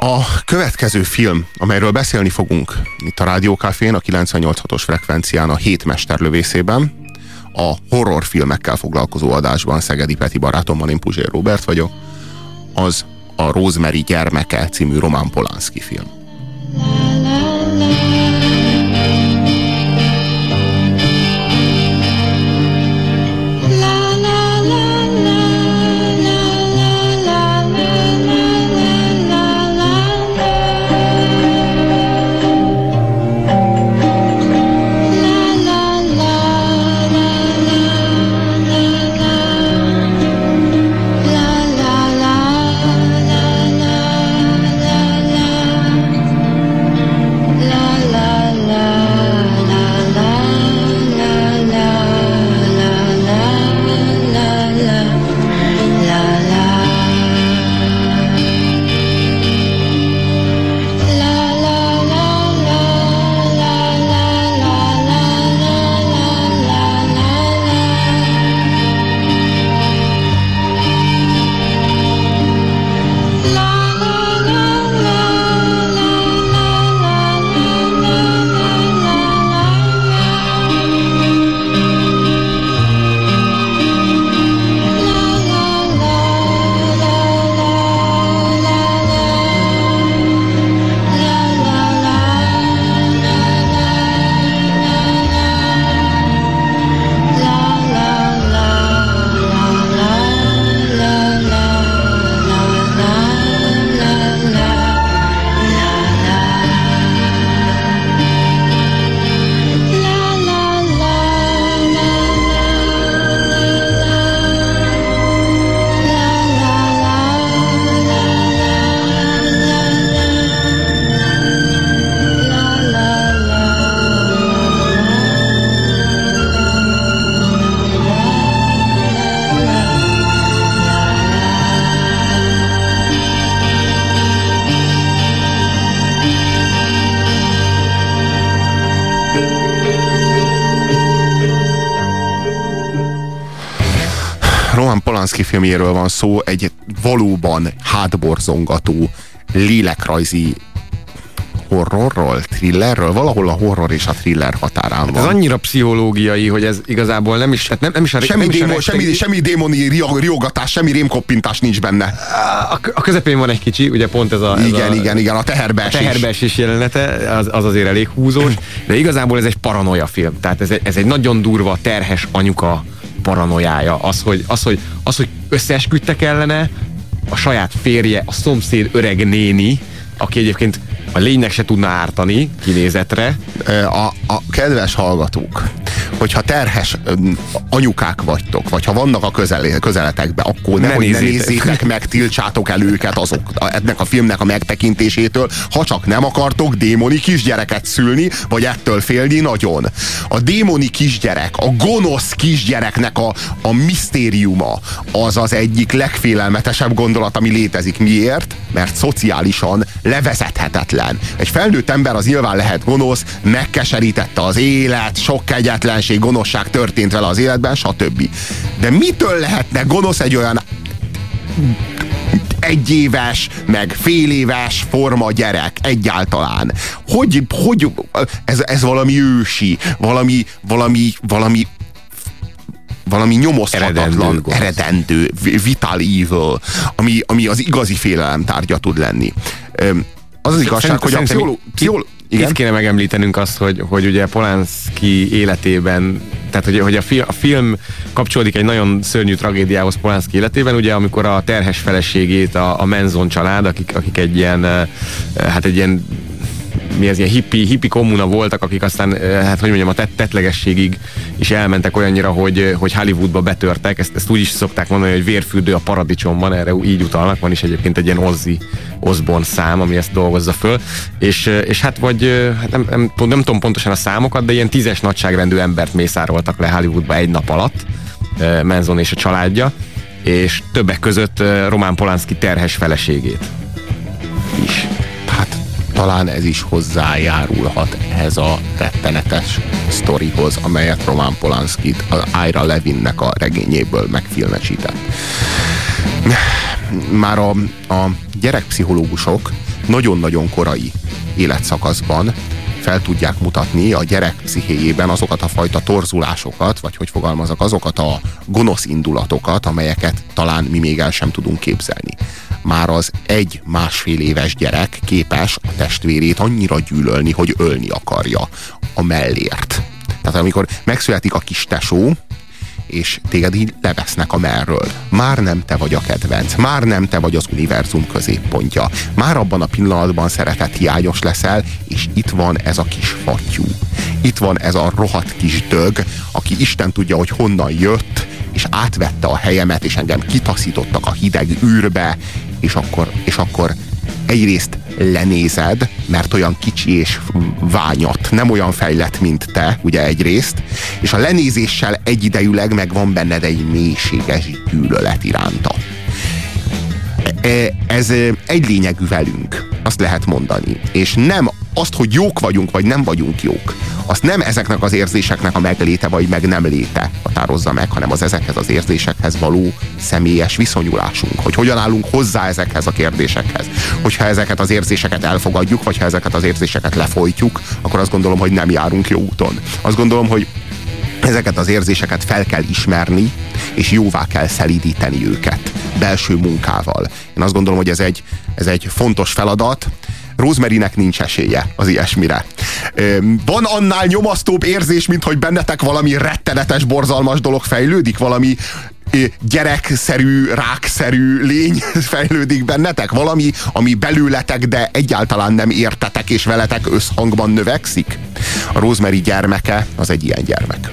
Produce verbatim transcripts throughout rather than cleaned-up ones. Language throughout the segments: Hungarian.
A következő film, amelyről beszélni fogunk itt a Rádiókafén, a kilencvennyolc hatos frekvencián, a Hét mesterlövészében, a horrorfilmekkel foglalkozó adásban Szegedi Peti barátommal, én Puzsér Róbert vagyok, az a Rosemary gyermeke című Roman Polanski film. Roman Polanski filmjéről van szó, egy valóban hátborzongató, lélekrajzi horrorról, thrillerről, valahol a horror és a thriller határán van. Ez annyira pszichológiai, hogy ez igazából nem is, tehát nem, nem is a, semmi, nem is démo, a semmi, semmi démoni riogatás, semmi rémkoppintás nincs benne. A, a közepén van egy kicsi, ugye pont ez a... Ez igen, a, igen, igen, a teherbeesés. A teherbeesés jelenete, az, az azért elég húzós, de igazából ez egy paranoia film. Tehát ez egy, ez egy nagyon durva, terhes anyuka paranoiája. Az, hogy, az, hogy, az, hogy összeesküdtek ellene, a saját férje, a szomszéd öreg néni, aki egyébként a lénynek se tudna ártani kinézetre. A, a kedves hallgatók, hogyha terhes anyukák vagytok, vagy ha vannak a közel, közeletekben, akkor ne, ne, hogy nézzétek. ne nézzétek meg, tiltsátok el őket azok, ennek a filmnek a megtekintésétől, ha csak nem akartok démoni kisgyereket szülni, vagy ettől félni nagyon. A démoni kisgyerek, a gonosz kisgyereknek a, a misztériuma az az egyik legfélelmetesebb gondolat, ami létezik. Miért? Mert szociálisan levezethetetlen. Egy felnőtt ember az nyilván lehet gonosz, megkeserítette az élet, sok kegyetlenség, gonoszság történt vele az életben, stb. De mitől lehetne gonosz egy olyan egyéves, meg féléves forma gyerek egyáltalán? Hogy, hogy ez, ez valami ősi, valami, valami, valami valami nyomozhatatlan, eredendő, eredendő vital evil, ami, ami az igazi félelem tárgya tud lenni. Az az igazság, hogy a pszicholó... pszicholó Itt kéne megemlítenünk azt, hogy, hogy ugye Polanski életében, tehát hogy, hogy a, fi, a film kapcsolódik egy nagyon szörnyű tragédiához Polanski életében, ugye amikor a terhes feleségét a, a Manson család, akik, akik egy ilyen, hát egy ilyen mi az ilyen hippi, hippi kommuna voltak, akik aztán, hát hogy mondjam, a tet tetlegességig is elmentek olyannyira, hogy, hogy Hollywoodba betörtek. Ezt, ezt úgy is szokták mondani, hogy vérfürdő a paradicsomban, erre így utalnak. Van is egyébként egy ilyen Ozzy Osbourne szám, ami ezt dolgozza föl. És, és hát vagy, hát nem, nem, nem tudom pontosan a számokat, de ilyen tízes nagyságrendű embert mészároltak le Hollywoodba egy nap alatt, Manson és a családja, és többek között Roman Polanski terhes feleségét is. Hát talán ez is hozzájárulhat ehhez a rettenetes sztorihoz, amelyet Roman Polanski az Ira Levinnek a regényéből megfilmesített. már a, a gyerekpszichológusok nagyon-nagyon korai életszakaszban fel tudják mutatni a gyerek pszichéjében azokat a fajta torzulásokat, vagy hogy fogalmazok, azokat a gonosz indulatokat, amelyeket talán mi még el sem tudunk képzelni. Már az egy-másfél éves gyerek képes a testvérét annyira gyűlölni, hogy ölni akarja a mellért. Tehát amikor megszületik a kis tesó, és téged így levesznek a mellről. Már nem te vagy a kedvenc, már nem te vagy az univerzum középpontja. Már abban a pillanatban szeretethiányos leszel, és itt van ez a kis fattyú. Itt van ez a rohadt kis dög, aki Isten tudja, hogy honnan jött, és átvette a helyemet, és engem kitaszítottak a hideg űrbe, és akkor, és akkor egyrészt lenézed, mert olyan kicsi és ványat, nem olyan fejlett, mint te, ugye egyrészt, és a lenézéssel egyidejűleg megvan benned egy mélységes gyűlölet iránta. Ez egy lényegű velünk, azt lehet mondani. És nem azt, hogy jók vagyunk, vagy nem vagyunk jók, azt nem ezeknek az érzéseknek a megléte, vagy meg nem léte határozza meg, hanem az ezekhez az érzésekhez való személyes viszonyulásunk. Hogy hogyan állunk hozzá ezekhez a kérdésekhez. Hogyha ezeket az érzéseket elfogadjuk, vagy ha ezeket az érzéseket lefolytjuk, akkor azt gondolom, hogy nem járunk jó úton. Azt gondolom, hogy ezeket az érzéseket fel kell ismerni, és jóvá kell szelídíteni őket belső munkával. Én azt gondolom, hogy ez egy, ez egy fontos feladat. Rosemary-nek nincs esélye az ilyesmire. Van annál nyomasztóbb érzés, mint hogy bennetek valami rettenetes, borzalmas dolog fejlődik? Valami gyerekszerű, rákszerű lény fejlődik bennetek? Valami, ami belőletek, de egyáltalán nem értetek, és veletek összhangban növekszik? A Rosemary gyermeke az egy ilyen gyermek.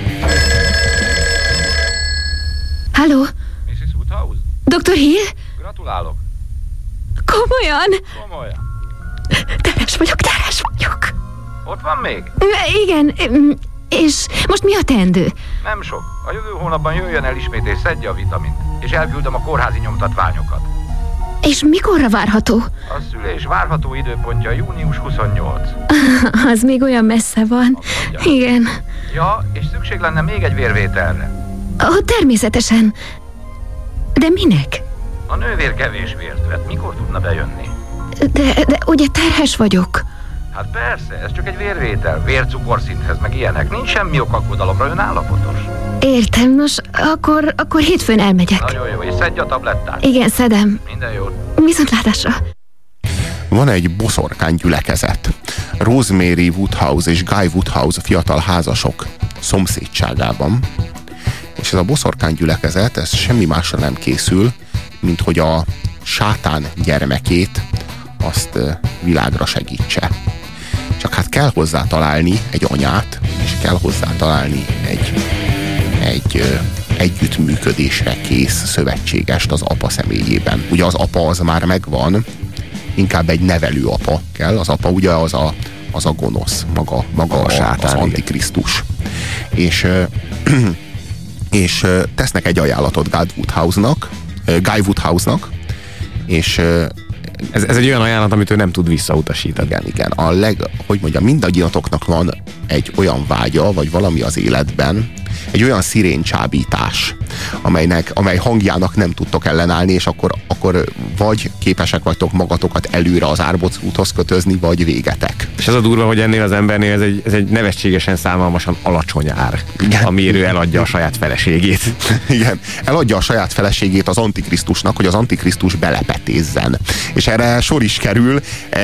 Halló? missus Woodhouse? doktor Hill? Gratulálok. Komolyan? Komolyan. Terhes vagyok, terhes vagyok. Ott van még? Igen, és most mi a teendő? Nem sok. A jövő hónapban jöjjön el ismét és szedje a vitamint. És elküldöm a kórházi nyomtatványokat. És mikorra várható? A szülés várható időpontja június huszonnyolc. Az még olyan messze van. Igen. Ja, és szükség lenne még egy vérvételre. Ó, természetesen. De minek? A nővér kevés vért vett. Mikor tudna bejönni? De, de ugye terhes vagyok. Hát persze, ez csak egy vérvétel. Vércukorszinthez meg ilyenek. Nincs semmi ok aggodalomra, ön állapotos. Értem, nos, akkor, akkor hétfőn elmegyek. Nagyon jó, és szedje a tablettát. Igen, szedem. Minden jót. Viszontlátásra. Van egy boszorkány gyülekezet. Rosemary Woodhouse és Guy Woodhouse fiatal házasok szomszédságában. És ez a boszorkány gyülekezet, ez semmi másra nem készül, mint hogy a sátán gyermekét azt világra segítse. Csak hát kell hozzá találni egy anyát, és kell hozzá találni egy, egy együttműködésre kész szövetségest az apa személyében. Ugye az apa az már megvan, inkább egy nevelő apa kell. Az apa ugye az a, az a gonosz, maga, maga a, a sátán, az antikrisztus. És, és tesznek egy ajánlatot Guy Woodhouse-nak, Guy Woodhouse-nak, és ez, ez egy olyan ajánlat, amit ő nem tud visszautasítani. Igen, igen. A leg, hogy mondjam, mindannyiatoknak van egy olyan vágya, vagy valami az életben, egy olyan sziréncsábítás, amelynek, amely hangjának nem tudtok ellenállni, és akkor, akkor vagy képesek vagytok magatokat előre az árbóc úthoz kötözni, vagy végetek. És az a durva, hogy ennél az embernél ez egy, ez egy nevetségesen, szállalmasan alacsony ár, igen, amiért ő eladja a saját feleségét. Igen, eladja a saját feleségét az antikrisztusnak, hogy az antikrisztus belepetézzen. És erre sor is kerül,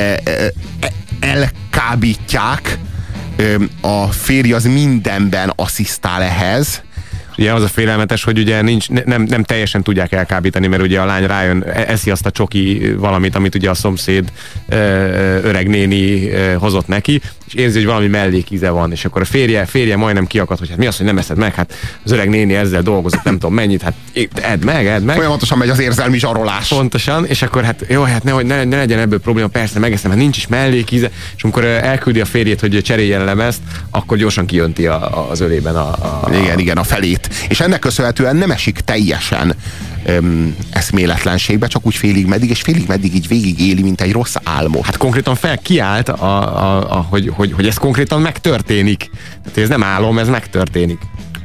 elkábítják, a férj az mindenben asszisztál ehhez. Ugye az a félelmetes, hogy ugye nincs, nem, nem teljesen tudják elkábítani, mert ugye a lány rájön, eszi azt a csoki valamit, amit ugye a szomszéd öreg néni hozott neki, és érzi, hogy valami mellékíze van, és akkor a férje, férje majdnem kiakad, hogy hát mi az, hogy nem eszed meg, hát az öreg néni ezzel dolgozott, nem tudom mennyit, hát edd meg, edd meg. Folyamatosan megy az érzelmi zsarolás. Pontosan, és akkor hát jó, hát ne, ne, ne legyen ebből probléma, persze megeszem, hát nincs is mellékíze, és amikor elküldi a férjét, hogy cseréljen lemezt, akkor gyorsan kijönti a, a, az ölében a, a... Igen, igen, a felét. És ennek köszönhetően nem esik teljesen öm, eszméletlenségbe, csak úgy félig meddig, és félig meddig így végig éli, mint egy rossz álmot. Hát konkrétan fel kiállt, a, a, a, hogy, hogy, hogy ez konkrétan megtörténik. Tehát ez nem álom, ez megtörténik.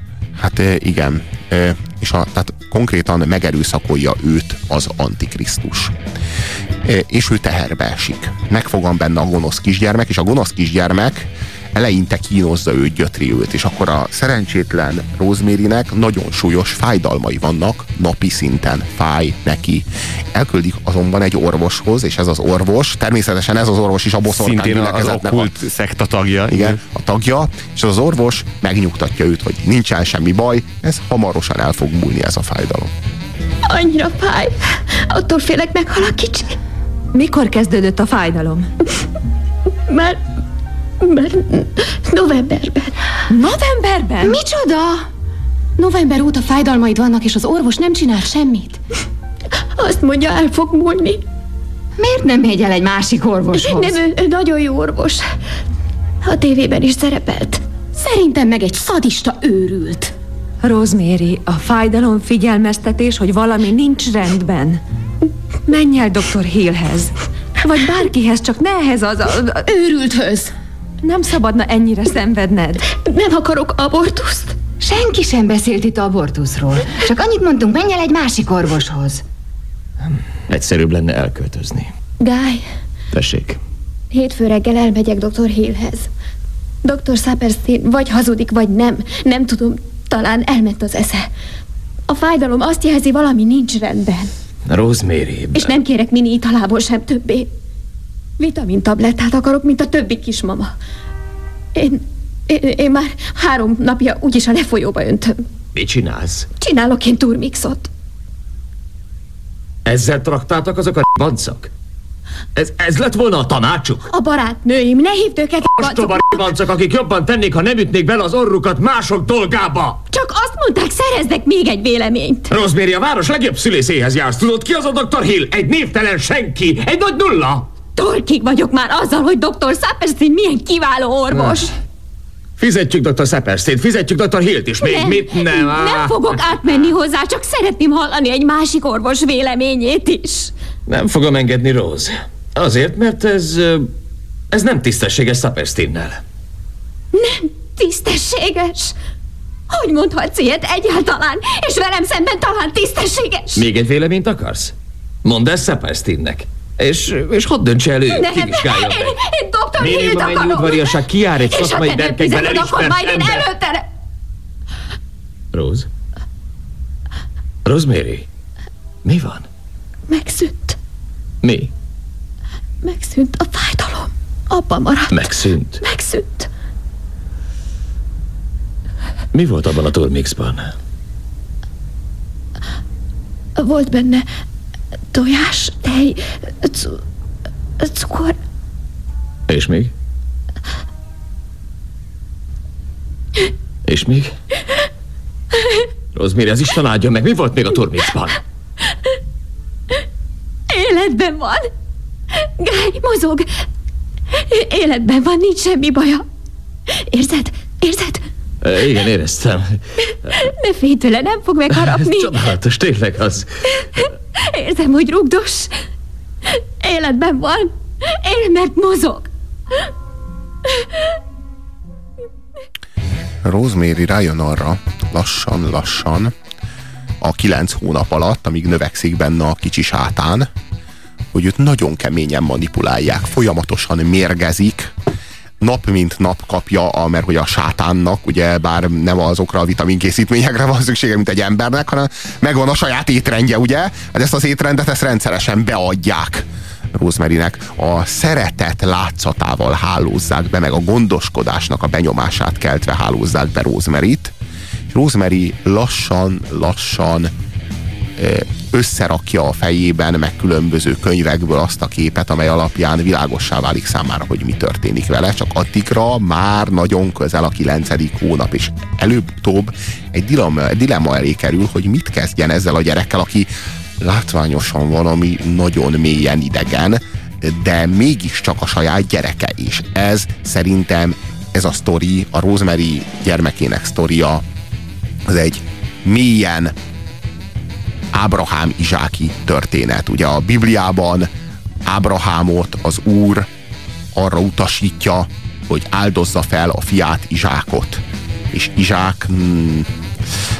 Hát igen. És a, tehát konkrétan megerőszakolja őt az Antikrisztus. És ő teherbe esik. Megfogan benne a gonosz kisgyermek, és a gonosz kisgyermek eleinte kínozza őt, gyötri őt, és akkor a szerencsétlen Rosemarynek nagyon súlyos fájdalmai vannak, napi szinten fáj neki. Elküldik azonban egy orvoshoz, és ez az orvos, természetesen ez az orvos is a boszorkány gyülekezetnek az okkult szekta tagja. Igen, a tagja, és az orvos megnyugtatja őt, hogy nincsen semmi baj, ez hamarosan el fog múlni, ez a fájdalom. Annyira fáj, attól félek, meghal a kicsi. Mikor kezdődött a fájdalom? Már, már novemberben. Novemberben? Micsoda? November óta fájdalmaid vannak, és az orvos nem csinál semmit. Azt mondja, el fog múlni. Miért nem megy el egy másik orvoshoz? Nem, ő, ő nagyon jó orvos. A tévében is szerepelt. Szerintem meg egy szadista őrült. Rosemary, a fájdalom figyelmeztetés, hogy valami nincs rendben. Menj el doktor Hillhez. Vagy bárkihez, csak ne ehhez az a... Őrülthöz. Nem szabadna ennyire szenvedned. Nem akarok abortuszt. Senki sem beszélt itt abortuszról. Csak annyit mondtunk, menj el egy másik orvoshoz. Egyszerűbb lenne elköltözni. Guy. Tessék. Hétfő reggel elmegyek doktor Hillhez. doktor Saperstein vagy hazudik, vagy nem. Nem tudom, talán elment az esze. A fájdalom azt jelzi, valami nincs rendben. Rosemary. És nem kérek mini italából sem többé. Vitamin tablettát akarok, mint a többi kismama. Én, én, én már három napja úgyis a lefolyóba öntöm. Mit csinálsz? Csinálok én turmixot. Ezzel traktáltak azok a bancak? Ez, ez lett volna a tanácsuk? A barátnőim, ne hívd őket ostoba bancak, akik jobban tennék, ha nem ütnék bele az orrukat mások dolgába. Csak azt mondták, szerezzek még egy véleményt. Rosemary, a város legjobb szülészéhez jársz. Tudod ki az a doktor Hill? Egy névtelen senki, egy nagy nulla. Torkig vagyok már azzal, hogy doktor Saperstein milyen kiváló orvos. Fizetjük doktor Saperstein, fizetjük doktor Hillt is. Még nem, mit nem? Nem fogok átmenni hozzá, csak szeretném hallani egy másik orvos véleményét is. Nem fogom engedni, Rose. Azért, mert ez... ez nem tisztességes Sapersteinnel. Nem tisztességes? Hogy mondhatsz ilyet egyáltalán, és velem szemben talán tisztességes? Még egy véleményt akarsz? Mondd ezt Sapersteinnek. És, és hadd döntse el ő, kivizsgálja meg. Én, én doktor Hillt Minimum akarom. egy udvariasság kiár egy szakmai berkekben elismert ember. Előtte... Rose? Rosemary? Mi van? Megszűnt. Mi? Megszűnt a fájdalom. Abban maradt. Megszűnt? Megszűnt. Mi volt abban a turmixban? Volt benne tojás, tej, cukor. És még? És még? Rosemary, az Isten áldja meg, mi volt még a turmixban? Életben van. Guy, mozog. Életben van, nincs semmi baja. Érzed? Érzed? E, igen, éreztem. Ne félj tőle, nem fog megharapni. Ez csodálatos, tényleg az. Érzem, hogy rugdos. Életben van. Él, mert mozog. Rosemary rájön arra, lassan-lassan, a kilenc hónap alatt, amíg növekszik benne a kicsi sátán, hogy őt nagyon keményen manipulálják, folyamatosan mérgezik, nap mint nap kapja, a, mert hogy a sátánnak, ugye bár nem azokra a vitaminkészítményekre van szüksége, mint egy embernek, hanem megvan a saját étrendje, ugye? Hát ezt az étrendet ezt rendszeresen beadják Rosemarynek. A szeretet látszatával hálózzák be, meg a gondoskodásnak a benyomását keltve hálózzák be Rosemaryt. Rosemary lassan-lassan összerakja a fejében, meg különböző könyvekből azt a képet, amely alapján világossá válik számára, hogy mi történik vele, csak addigra már nagyon közel a kilencedik hónap, és előbb-utóbb egy dilemma, egy dilemma elé kerül, hogy mit kezdjen ezzel a gyerekkel, aki látványosan valami nagyon mélyen idegen, de mégiscsak a saját gyereke is. Ez szerintem, ez a sztori, a Rosemary gyermekének sztoria, az egy mélyen Ábrahám-izsáki történet. Ugye a Bibliában Ábrahámot az Úr arra utasítja, hogy áldozza fel a fiát, Izsákot. És Izsák hmm,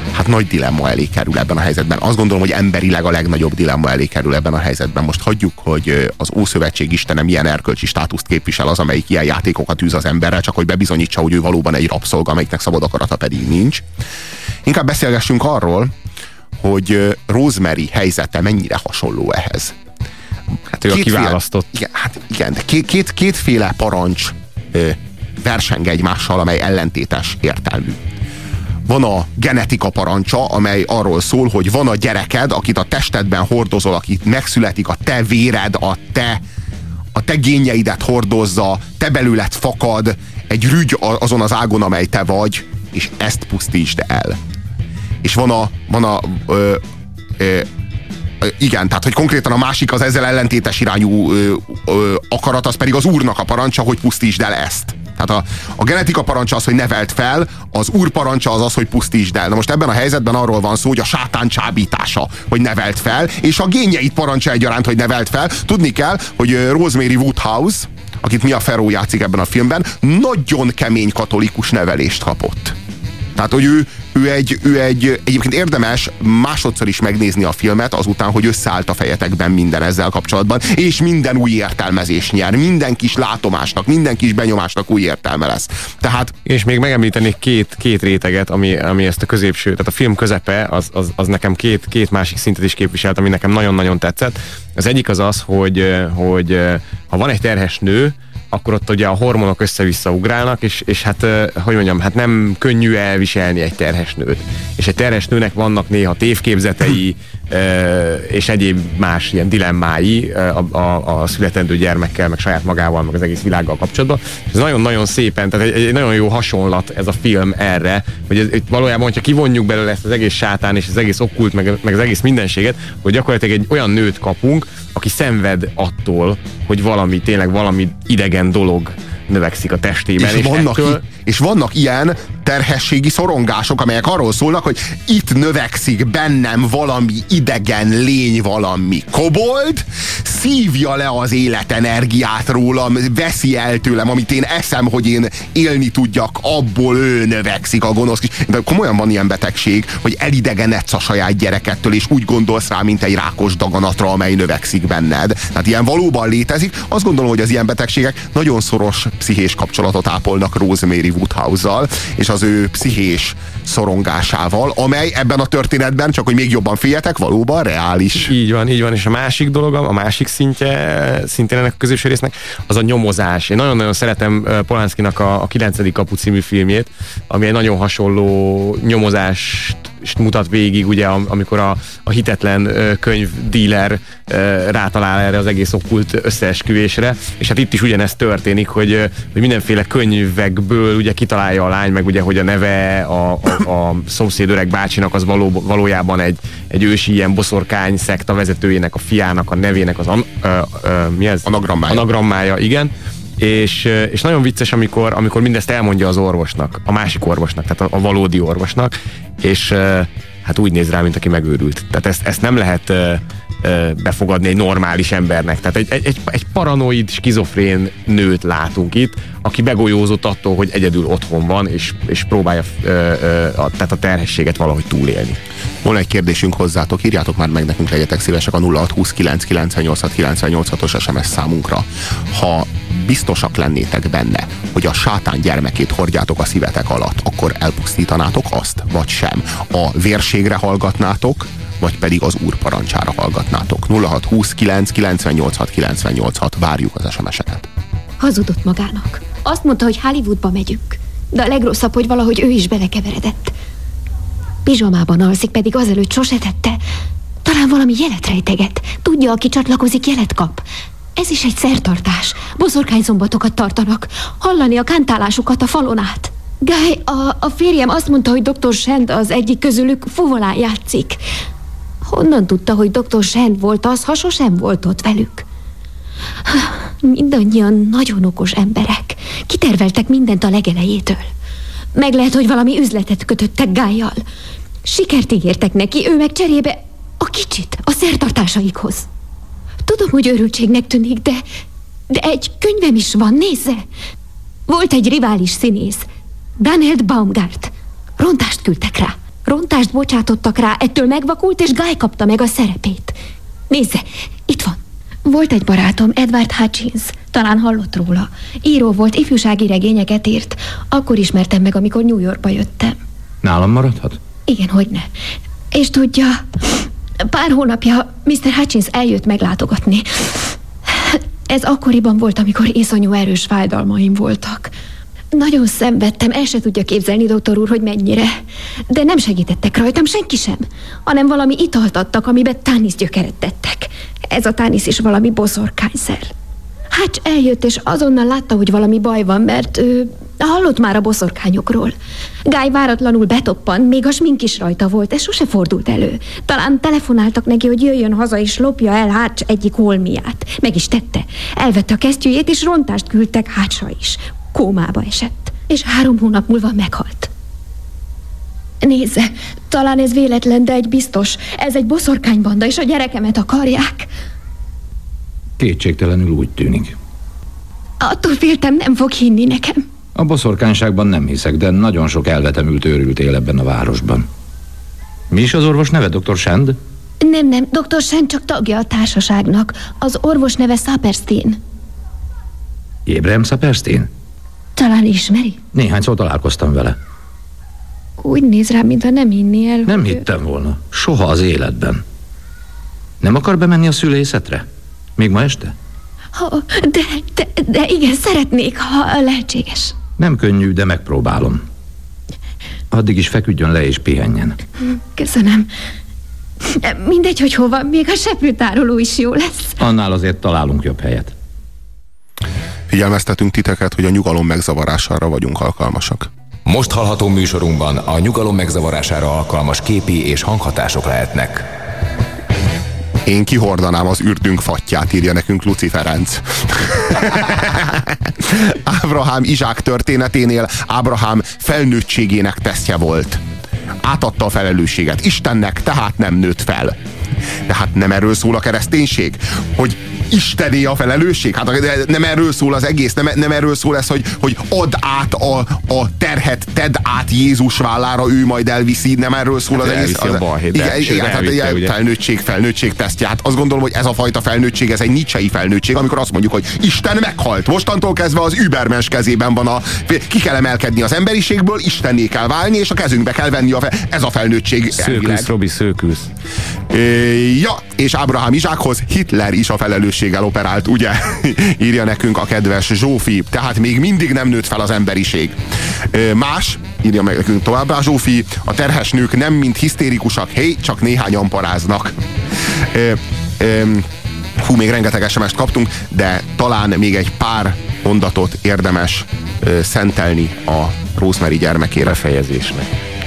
hát nagy dilemma elé kerül ebben a helyzetben. Azt gondolom, hogy emberileg a legnagyobb dilemma elé kerül ebben a helyzetben. Most hagyjuk, hogy az Ószövetség istene milyen erkölcsi státuszt képvisel az, amelyik ilyen játékokat űz az emberrel, csak hogy bebizonyítsa, hogy ő valóban egy rabszolga, amelyiknek szabad akarata pedig nincs. Inkább beszélgessünk arról, hogy Rosemary helyzete mennyire hasonló ehhez. Hát ő a kiválasztott. Igen, hát igen, de két, két, kétféle parancs ö, verseng egymással, amely ellentétes értelmű. Van a genetika parancsa, amely arról szól, hogy van a gyereked, akit a testedben hordozol, akit megszületik, a te véred, a te, a te génjeidet hordozza, te belőled fakad egy rügy azon az ágon, amely te vagy, és ezt pusztítsd el. És van a, van a ö, ö, igen, tehát, hogy konkrétan a másik az ezzel ellentétes irányú ö, ö, akarat, az pedig az Úrnak a parancsa, hogy pusztítsd el ezt. Tehát a, a genetika parancsa az, hogy neveld fel, az Úr parancsa az az, hogy pusztítsd el. Na most ebben a helyzetben arról van szó, hogy a sátán csábítása, hogy neveld fel, és a génjeit parancsa egyaránt, hogy neveld fel. Tudni kell, hogy Rosemary Woodhouse, akit Mia Farrow játszik ebben a filmben, nagyon kemény katolikus nevelést kapott. Tehát, hogy ő, ő, egy, ő egy, egyébként érdemes másodszor is megnézni a filmet azután, hogy összeállt a fejetekben minden ezzel kapcsolatban, és minden új értelmezés nyer. Minden kis látomásnak, minden kis benyomásnak új értelme lesz. Tehát... És még megemlítenék két, két réteget, ami, ami ezt a középső, tehát a film közepe, az, az, az nekem két, két másik szintet is képviselt, ami nekem nagyon-nagyon tetszett. Az egyik az az, hogy, hogy ha van egy terhes nő, akkor ott ugye a hormonok össze-vissza ugrálnak, és, és hát, hogy mondjam, hát nem könnyű elviselni egy terhes nőt. És egy terhes nőnek vannak néha tévképzetei, és egyéb más ilyen dilemmái a, a, a születendő gyermekkel, meg saját magával, meg az egész világgal kapcsolatban. Ez nagyon-nagyon szépen, tehát egy, egy nagyon jó hasonlat ez a film erre, hogy ez, valójában, hogyha kivonjuk belőle ezt az egész sátán, és az egész okkult, meg, meg az egész mindenséget, hogy gyakorlatilag egy olyan nőt kapunk, aki szenved attól, hogy valami, tényleg valami idegen dolog növekszik a testében. És, és, vannak, ettől... és vannak ilyen terhességi szorongások, amelyek arról szólnak, hogy itt növekszik bennem valami idegen lény, valami kobold, szívja le az életenergiát rólam, veszi el tőlem, amit én eszem, hogy én élni tudjak, abból ő növekszik a gonosz kis. De komolyan van ilyen betegség, hogy elidegenedsz a saját gyerekettől, és úgy gondolsz rá, mint egy rákos daganatra, amely növekszik benned. Tehát ilyen valóban létezik. Azt gondolom, hogy az ilyen betegségek nagyon szoros pszichés kapcsolatot ápolnak Rosemary Woodhouse-zal, és az ő pszichés szorongásával, amely ebben a történetben, csak hogy még jobban féljetek, valóban reális. Így van, így van, és a másik dolog, a másik szintje, szintén ennek a középső résznek, az a nyomozás. Én nagyon-nagyon szeretem Polanskinak a, a kilencedik kapu című filmjét, ami egy nagyon hasonló nyomozást mutat végig, ugye, amikor a, a hitetlen könyvdíler rátalál erre az egész okkult összeesküvésre, és hát itt is ugyanezt történik, hogy, hogy mindenféle könyvekből ugye kitalálja a lány, meg ugye, hogy a neve a, a, a szomszéd öreg bácsinak az való, valójában egy, egy ősi ilyen boszorkány szekta vezetőjének, a fiának, a nevének az an, ö, ö, mi ez? Anagrammája. Anagrammája, igen. És, és nagyon vicces, amikor, amikor mindezt elmondja az orvosnak, a másik orvosnak, tehát a, a valódi orvosnak, és hát úgy néz rá, mint aki megőrült. Tehát ezt, ezt nem lehet befogadni egy normális embernek. Tehát egy, egy, egy paranoid, skizofrén nőt látunk itt, aki begolyózott attól, hogy egyedül otthon van, és, és próbálja ö, ö, a, tehát a terhességet valahogy túlélni. Volna egy kérdésünk hozzátok, írjátok már meg nekünk, legyetek szívesek a nulla hat huszonkilenc kilencvennyolc kilencvennyolc-os es em es számunkra. Ha biztosak lennétek benne, hogy a sátán gyermekét hordjátok a szívetek alatt, akkor elpusztítanátok azt, vagy sem? A vérségre hallgatnátok, vagy pedig az Úr parancsára hallgatnátok? nulla hat huszonkilenc kilencvennyolc kilencvennyolc várjuk az es em eseket. Hazudott magának. Azt mondta, hogy Hollywoodba megyünk. De a legrosszabb, hogy valahogy ő is belekeveredett. Pizsamában alszik, pedig azelőtt sose tette. Talán valami jelet rejteget. Tudja, aki csatlakozik, jelet kap. Ez is egy szertartás. Boszorkányszombatokat tartanak. Hallani a kántálásukat a falon át. Guy, a, a férjem azt mondta, hogy doktor Shand az egyik közülük fuvolán játszik. Honnan tudta, hogy doktor Shand volt az, ha sosem volt ott velük? Mindannyian nagyon okos emberek. Kiterveltek mindent a legelejétől. Meg lehet, hogy valami üzletet kötöttek Guy-jal. Sikert ígértek neki, ő meg cserébe a kicsit, a szertartásaikhoz. Tudom, hogy őrültségnek tűnik, de, de egy könyvem is van, nézze! Volt egy rivális színész, Daniel Baumgart. Rontást küldtek rá. Rontást bocsátottak rá, ettől megvakult, és Guy kapta meg a szerepét. Nézze, itt van. Volt egy barátom, Edward Hutchins. Talán hallott róla. Író volt, ifjúsági regényeket írt. Akkor ismertem meg, amikor New Yorkba jöttem. Nálam maradhat? Igen, hogyne. És tudja, pár hónapja miszter Hutchins eljött meglátogatni. Ez akkoriban volt, amikor iszonyú erős fájdalmaim voltak. Nagyon szenvedtem, el se tudja képzelni, doktor úr, hogy mennyire. De nem segítettek rajtam, senki sem. Hanem valami italt adtak, amiben tániszgyökeret tettek. Ez a tánisz is valami boszorkányszer. Hutch eljött, és azonnal látta, hogy valami baj van, mert ő hallott már a boszorkányokról. Guy váratlanul betoppant, még a smink is rajta volt, ez sose fordult elő. Talán telefonáltak neki, hogy jöjjön haza, és lopja el Hutch egyik holmiát. Meg is tette. Elvette a kesztyűjét, és rontást küldtek Hutchra is. Kómába esett, és három hónap múlva meghalt. Nézze, talán ez véletlen, de egy biztos. Ez egy boszorkánybanda, és a gyerekemet akarják. Kétségtelenül úgy tűnik. Attól féltem, nem fog hinni nekem. A boszorkányságban nem hiszek, de nagyon sok elvetemült őrült él ebben a városban. Mi is az orvos neve, doktor Shand? Nem, nem, doktor Shand csak tagja a társaságnak. Az orvos neve Saperstein. Abraham Saperstein? Talán ismeri? Néhányszor találkoztam vele. Úgy néz rám, mintha nem hinni el, Nem hogy... hittem volna. Soha az életben. Nem akar bemenni a szülészetre? Még ma este? Ha, de, de, de igen, szeretnék, ha lehetséges. Nem könnyű, de megpróbálom. Addig is feküdjön le és pihenjen. Köszönöm. Mindegy, hogy hova, még a seprőtároló is jó lesz. Annál azért találunk jobb helyet. Figyelmeztetünk titeket, hogy a nyugalom megzavarására vagyunk alkalmasak. Most hallható műsorunkban a nyugalom megzavarására alkalmas képi és hanghatások lehetnek. Én kihordanám az ürdünk fattyát, írja nekünk Luci Ferenc. Ábrahám Izsák történeténél Ábrahám felnőttségének tesztje volt. Átadta a felelősséget Istennek, tehát nem nőtt fel. De hát nem erről szól a kereszténység, hogy Istené a felelősség? Hát nem erről szól az egész, nem, nem erről szól ez, hogy, hogy add át a, a terhet, tedd át Jézus vállára, ő majd elviszi, nem erről szól az egész. Az, a balhét, igen, igen, hát egy felnőttség, felnőttség tesztje. Hát azt gondolom, hogy ez a fajta felnőttség, ez egy nietzschei felnőttség, amikor azt mondjuk, hogy Isten meghalt. Mostantól kezdve az übermens kezében van a... Ki kell emelkedni az emberiségből, Istenné kell válni, és a kezünkbe kell venni a fe, ez a felnőttség. Szőkülsz, Robi, szőkülsz. Ja, és Ábrahám Izsákhoz Hitler is a felelősséggel operált, ugye? Írja nekünk a kedves Zsófi. Tehát még mindig nem nőtt fel az emberiség. Más, írja meg nekünk továbbá Zsófi, a terhes nők nem mint hisztérikusak, hé, csak néhányan paráznak. Hú, még rengeteg es em es-t kaptunk, de talán még egy pár mondatot érdemes szentelni a Rosemary gyermekére. Befejezésnek.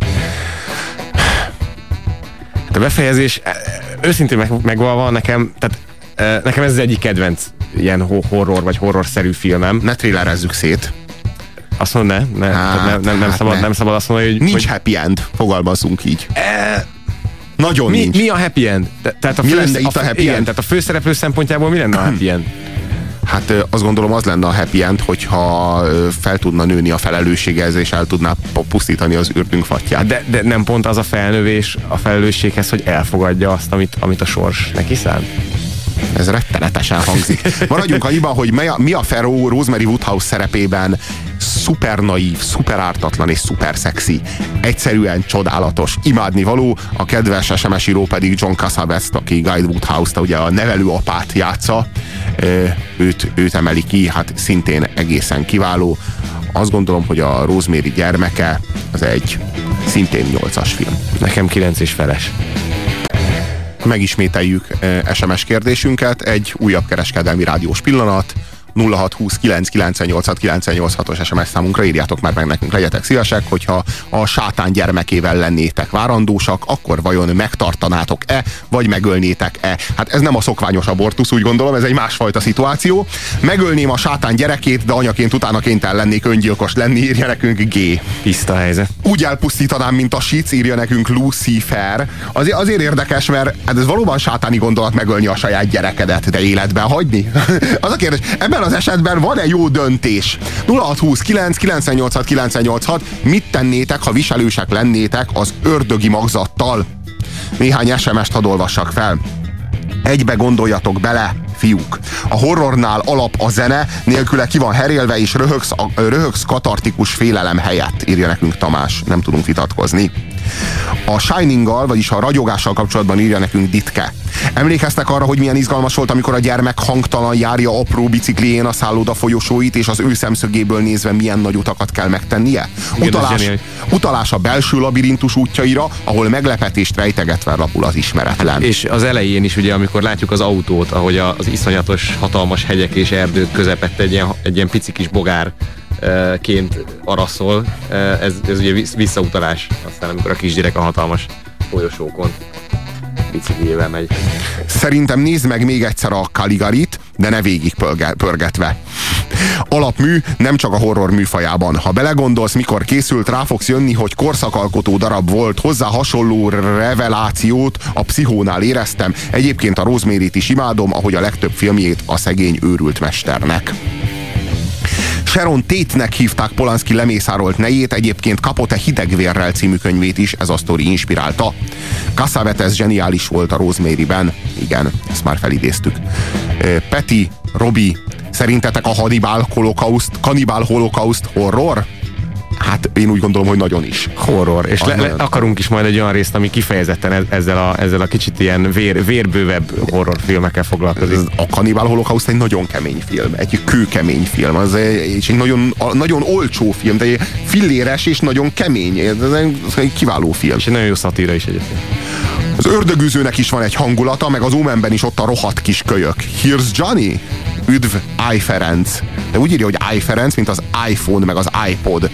A befejezés, őszintén meg, megvalva nekem, tehát nekem ez az egyik kedvenc ilyen horror vagy horrorszerű filmem. Ne thrillerezzük szét. Azt mondom, ne, ne, hát, nem, nem, nem, hát szabad, ne. nem szabad azt mondani, hogy... Nincs hogy, happy end, fogalmazunk így. E, Nagyon mi, nincs. Mi a happy end? Te, tehát a mi fősz, lenne itt a, a happy igen, end? Tehát a főszereplő szempontjából mi lenne a happy end? Hát azt gondolom, az lenne a happy end, hogyha fel tudna nőni a felelősséghez, és el tudná pusztítani az ürdünk fattyát. De, de nem pont az a felnövés a felelősséghez, hogy elfogadja azt, amit, amit a sors neki szánt? Ez rettenetesen hangzik. Maradjunk annyiban, hogy Mia Farrow Rosemary Woodhouse szerepében szuper naív, szuper ártatlan és szuper szexi. Egyszerűen csodálatos. Imádnivaló, a kedves es em es író pedig John Cassavetes, aki Guy Woodhouse-t, ugye a nevelőapát játsza. Őt, őt emeli ki, hát szintén egészen kiváló. Azt gondolom, hogy a Rosemary gyermeke az egy szintén nyolcas film. Nekem kilenc és feles. Megismételjük es em es kérdésünket, egy újabb kereskedelmi rádiós pillanat. nulla hat húsz kilenc kilencvennyolc kilencvennyolc es em es számunkra írjátok már meg nekünk, legyetek szívesek, hogyha a sátán gyermekével lennétek várandósak, akkor vajon megtartanátok-e, vagy megölnétek-e? Hát ez nem a szokványos abortusz, úgy gondolom, ez egy másfajta szituáció. Megölném a sátán gyerekét, de anyaként utána kénytelen lennék öngyilkos lenni, írja nekünk G. Tiszta helyzet. Úgy elpusztítanám, mint a sic, írja nekünk Lucifer. Azért, azért érdekes, mert hát ez valóban sátáni gondolat megölni a saját gyerekedet, de életben hagyni? Az a kérdés, ebben az esetben van-e jó döntés? nulla hat húsz kilenc kilencnyolc hat kilencnyolc hat. Mit tennétek, ha viselősek lennétek az ördögi magzattal? Néhány es em est hadd olvassak fel. Egybe gondoljatok bele, fiúk. A horrornál alap a zene, nélküle ki van herélve, és röhögsz, röhögsz katartikus félelem helyett, írja nekünk Tamás. Nem tudunk vitatkozni. A Shining-gal, vagyis a ragyogással kapcsolatban írja nekünk Ditke. Emlékeztek arra, hogy milyen izgalmas volt, amikor a gyermek hangtalan járja apró biciklién a szálloda folyosóit, és az ő szemszögéből nézve milyen nagy utakat kell megtennie? Utalás, utalás a belső labirintus útjaira, ahol meglepetést rejtegetve lapul az ismeretlen. És az elején is ugye, amikor látjuk az autót, ahogy az iszonyatos, hatalmas hegyek és erdők közepette egy ilyen, egy ilyen pici kis bogár ként araszol, ez, ez ugye visszautalás, aztán amikor a kisgyerek a hatalmas folyosókon bicikliével megy. Szerintem nézd meg még egyszer a Caligarit, de ne végig pörgetve. Alapmű nem csak a horror műfajában. Ha belegondolsz, mikor készült, rá fogsz jönni, hogy korszakalkotó darab volt. Hozzá hasonló revelációt a Pszichónál éreztem. Egyébként a Rosemaryt is imádom, ahogy a legtöbb filmjét a szegény őrült mesternek. Sharon Tate-nek hívták Polanski lemészárolt nejét, egyébként Capote Hidegvérrel című könyvét is ez a sztori inspirálta. Cassavetes zseniális volt a Rosemary-ben. Igen, ezt már felidéztük. Peti, Robi, szerintetek a Hannibal Holocaust, Cannibal Holocaust horror? Hát én úgy gondolom, hogy nagyon is. Horror. És le, le, akarunk is majd egy olyan részt, ami kifejezetten ezzel a, ezzel a kicsit ilyen vér, vérbővebb horrorfilmekkel foglalkozik. A Cannibal Holocaust egy nagyon kemény film, egy kőkemény film, az egy, egy nagyon, nagyon olcsó film, de egy filléres és nagyon kemény, ez egy kiváló film. És egy nagyon jó szatíra is egyébként. Az Ördögűzőnek is van egy hangulata, meg az Omenben is ott a rohadt kis kölyök. Here's Johnny! Üdv, I. Ferenc. De úgy írja, hogy I. Ferenc, mint az iPhone, meg az iPod.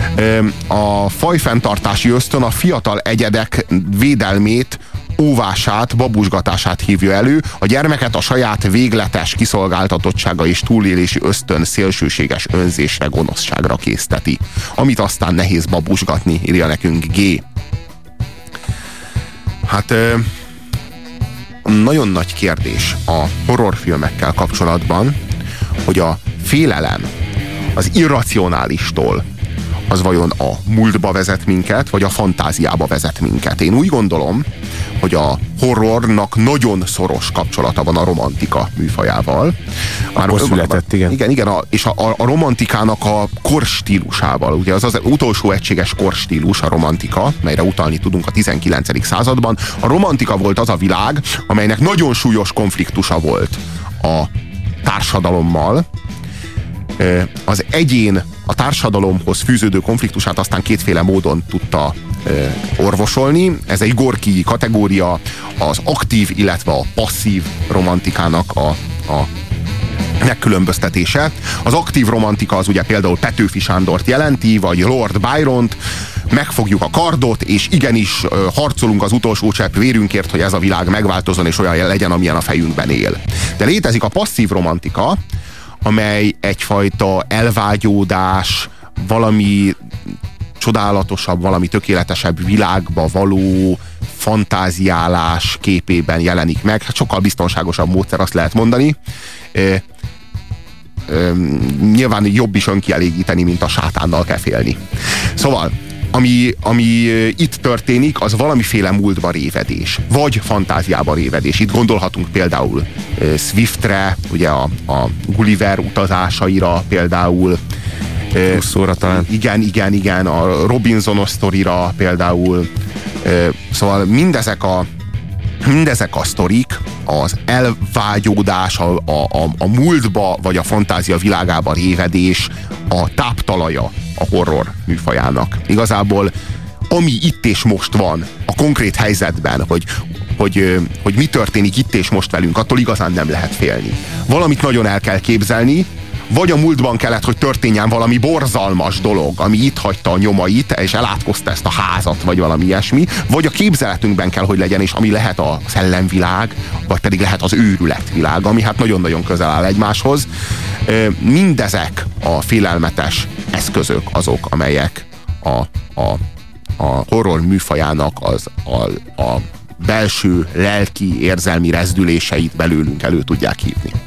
A fajfenntartási ösztön a fiatal egyedek védelmét, óvását, babusgatását hívja elő, a gyermeket a saját végletes kiszolgáltatottsága és túlélési ösztön szélsőséges önzésre, gonoszságra készteti. Amit aztán nehéz babusgatni, írja nekünk G. Hát... nagyon nagy kérdés a horrorfilmekkel kapcsolatban, hogy a félelem az irracionálistól az vajon a múltba vezet minket, vagy a fantáziába vezet minket. Én úgy gondolom, hogy a horrornak nagyon szoros kapcsolata van a romantika műfajával. Akkor született, igen. Igen, igen a, és a, a romantikának a korstílusával. Ugye az az utolsó egységes korstílus a romantika, melyre utalni tudunk a tizenkilencedik században. A romantika volt az a világ, amelynek nagyon súlyos konfliktusa volt a társadalommal. Az egyén a társadalomhoz fűződő konfliktusát aztán kétféle módon tudta orvosolni. Ez egy Gorkij kategória, az aktív, illetve a passzív romantikának a, a megkülönböztetése. Az aktív romantika az ugye például Petőfi Sándort jelenti, vagy Lord Byront. Megfogjuk a kardot, és igenis harcolunk az utolsó csepp vérünkért, hogy ez a világ megváltozzon, és olyan legyen, amilyen a fejünkben él. De létezik a passzív romantika, amely egyfajta elvágyódás, valami csodálatosabb, valami tökéletesebb világba való fantáziálás képében jelenik meg. Hát sokkal biztonságosabb módszer, azt lehet mondani. E, e, nyilván jobb is önkielégíteni, mint a sátánnal kell félni. Szóval, ami, ami itt történik, az valamiféle múltba révedés, vagy fantáziába révedés. Itt gondolhatunk például Swiftre, ugye a, a Gulliver utazásaira például. Russzóra talán. Igen, igen, igen, a Robinsonos sztorira például. Szóval mindezek a mindezek a sztorik, az elvágyódás, a, a, a múltba, vagy a fantázia világába révedés, a táptalaja a horror műfajának. Igazából ami itt és most van, a konkrét helyzetben, hogy, hogy, hogy mi történik itt és most velünk, attól igazán nem lehet félni. Valamit nagyon el kell képzelni, vagy a múltban kellett, hogy történjen valami borzalmas dolog, ami itt hagyta a nyomait, és elátkozta ezt a házat, vagy valami ilyesmi, vagy a képzeletünkben kell, hogy legyen, és ami lehet a szellemvilág, vagy pedig lehet az őrületvilág, ami hát nagyon-nagyon közel áll egymáshoz. Mindezek a félelmetes eszközök azok, amelyek a, a, a horror műfajának az, a, a belső lelki, érzelmi rezdüléseit belőlünk elő tudják hívni.